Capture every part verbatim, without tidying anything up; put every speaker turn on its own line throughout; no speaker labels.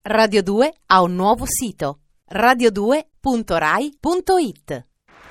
Radio due ha un nuovo sito: radio due punto rai punto it.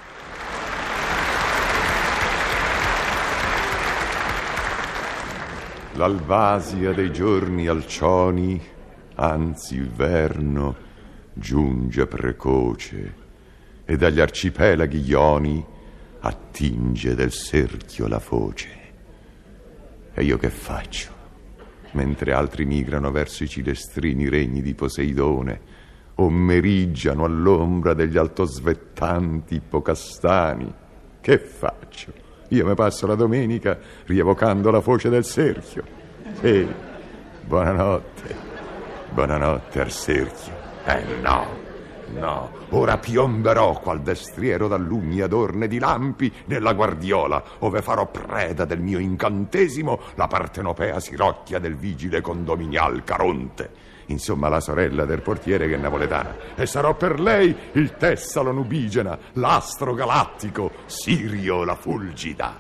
L'albasia dei giorni alcioni, anzi il verno, giunge precoce e dagli arcipelaghi ioni attinge del cerchio la foce. E io che faccio? Mentre altri migrano verso i cilestrini regni di Poseidone o meriggiano all'ombra degli altosvettanti ippocastani, che faccio? Io mi passo la domenica rievocando la foce del cerchio. E buonanotte, buonanotte al cerchio. Eh no, no, ora piomberò qual destriero da lumi adorne di lampi nella guardiola, ove farò preda del mio incantesimo la partenopea sirocchia del vigile condominial Caronte, insomma la sorella del portiere che è napoletana, e sarò per lei il Tessalo nubigena, l'astro galattico, Sirio la fulgida.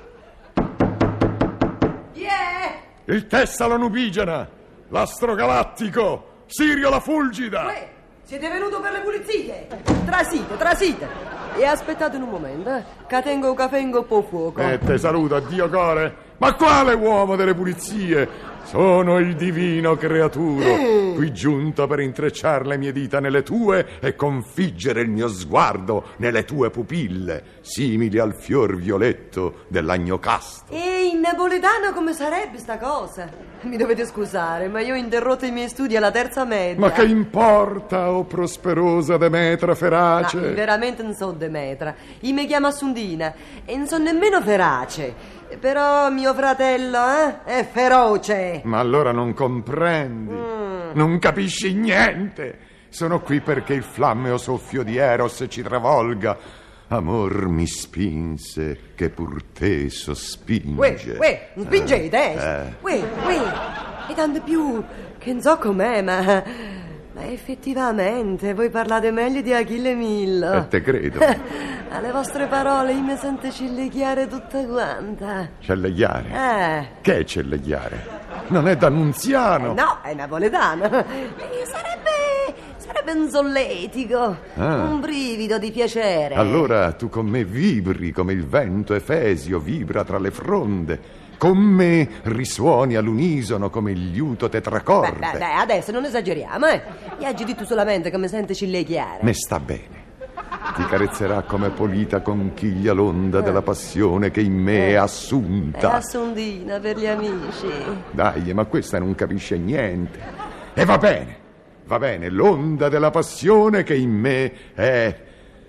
Yeah!
Il Tessalo nubigena, l'astro galattico, Sirio la fulgida.
Uè, siete venuto per le pulizie? Trasite, trasite. E aspettate un momento, eh, che tengo un caffè in coppo fuoco.
E te saluto, addio core. Ma quale uomo delle pulizie? Sono il divino creaturo,
eh.
qui giunto per intrecciar le mie dita nelle tue e configgere il mio sguardo nelle tue pupille, simili al fior violetto dell'agno casto.
E in napoletano come sarebbe sta cosa? Mi dovete scusare, ma io ho interrotto i miei studi alla terza media.
Ma che importa, o prosperosa Demetra ferace?
No, veramente non so Demetra. Io mi chiamo Assundina e non so nemmeno ferace. Però mio fratello, eh, è feroce.
Ma allora non comprendi, mm. non capisci niente. Sono qui perché il flammeo soffio di Eros ci travolga. Amor mi spinse che pur te sospinge.
Uè, uè, non spingete, eh?
eh.
Uè, uè, e tanto più che non so com'è, ma... Ma effettivamente voi parlate meglio di Achille Millo.
E te credo.
Alle vostre parole io mi sento cilleghiare tutta quanta.
Cellegliare?
Eh.
Che è cellegliare? Non è d'Annunziano.
Eh no, è napoletano. E sarebbe... sarebbe un solletico.
Ah.
Un brivido di piacere.
Allora tu con me vibri come il vento efesio vibra tra le fronde. Con me risuoni all'unisono come il liuto tetracorde.
Beh, beh, beh, adesso non esageriamo, eh. Mi agiti tu solamente che mi senti cilleghiare.
Me sta bene. Ti carezzerà come polita conchiglia l'onda eh. della passione che in me eh. è assunta.
È assundina per gli amici.
Dai, ma questa non capisce niente. E va bene, va bene, l'onda della passione che in me è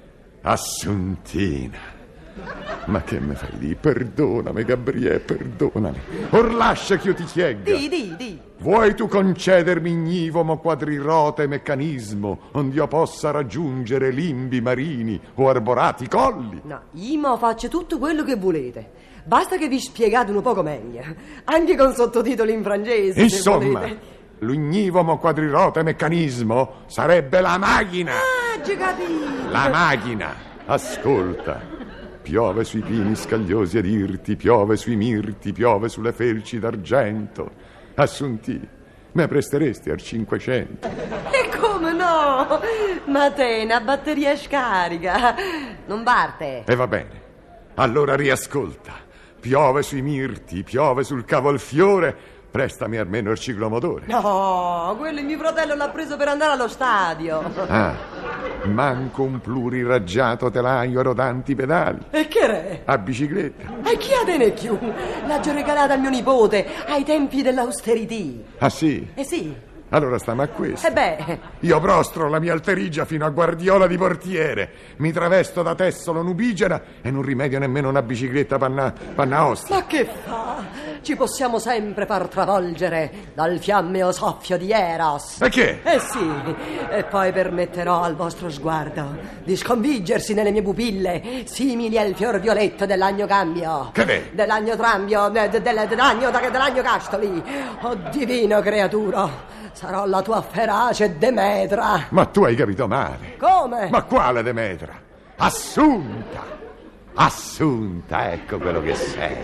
assuntina. Ma che me fai di? Perdonami, Gabriele, perdonami. Or lascia che io ti chiegga.
Di, di, di.
Vuoi tu concedermi ignivomo quadrirote meccanismo onde io possa raggiungere limbi marini o arborati colli?
No, io faccio tutto quello che volete. Basta che vi spiegate un poco meglio. Anche con sottotitoli in francese.
Insomma, l'ignivomo quadrirote meccanismo sarebbe la macchina.
Ah, già capito.
La macchina. Ascolta. Piove sui pini scagliosi ed irti, piove sui mirti, piove sulle felci d'argento. Assunti, me presteresti al cinquecento?
E come no? Ma te, una batteria scarica. Non parte.
E va bene. Allora riascolta. Piove sui mirti, piove sul cavolfiore. Prestami almeno il ciclomotore.
No, quello mio fratello l'ha preso per andare allo stadio.
Ah, manco un pluriraggiato telaio rodanti pedali.
E che re?
A bicicletta.
E chi ha te ne più? L'ha già regalata al mio nipote ai tempi dell'austerità.
Ah sì?
Eh sì.
Allora stiamo a questo.
E beh.
Io prostro la mia alterigia fino a guardiola di portiere. Mi travesto da Tessalo nubigena e non rimedio nemmeno una bicicletta panna, panna ostia.
Ma che fa? Ci possiamo sempre far travolgere dal fiammeo soffio di Eros.
E che?
Eh sì. E poi permetterò al vostro sguardo di sconfiggersi nelle mie pupille, simili al fior violetto dell'agno cambio.
Che è?
Dell'agno trambio, de, de, de, dell'agno, dell'agno castoli. Oh divino creaturo. Sarò la tua ferace Demetra.
Ma tu hai capito male.
Come?
Ma quale Demetra? Assunta. Assunta, ecco quello che sei.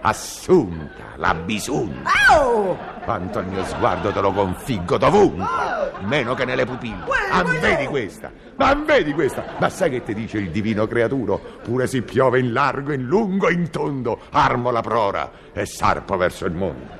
Assunta, la bisunta.
Oh!
Quanto il mio sguardo te lo configgo dovunque, meno che nelle pupille. Ma vedi questa? Ma vedi questa? Ma sai che ti dice il divino creaturo? Pure si piove in largo, in lungo, in tondo, armo la prora e sarpo verso il mondo.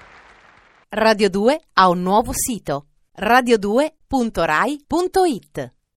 Radio due ha un nuovo sito, radio due punto rai punto it.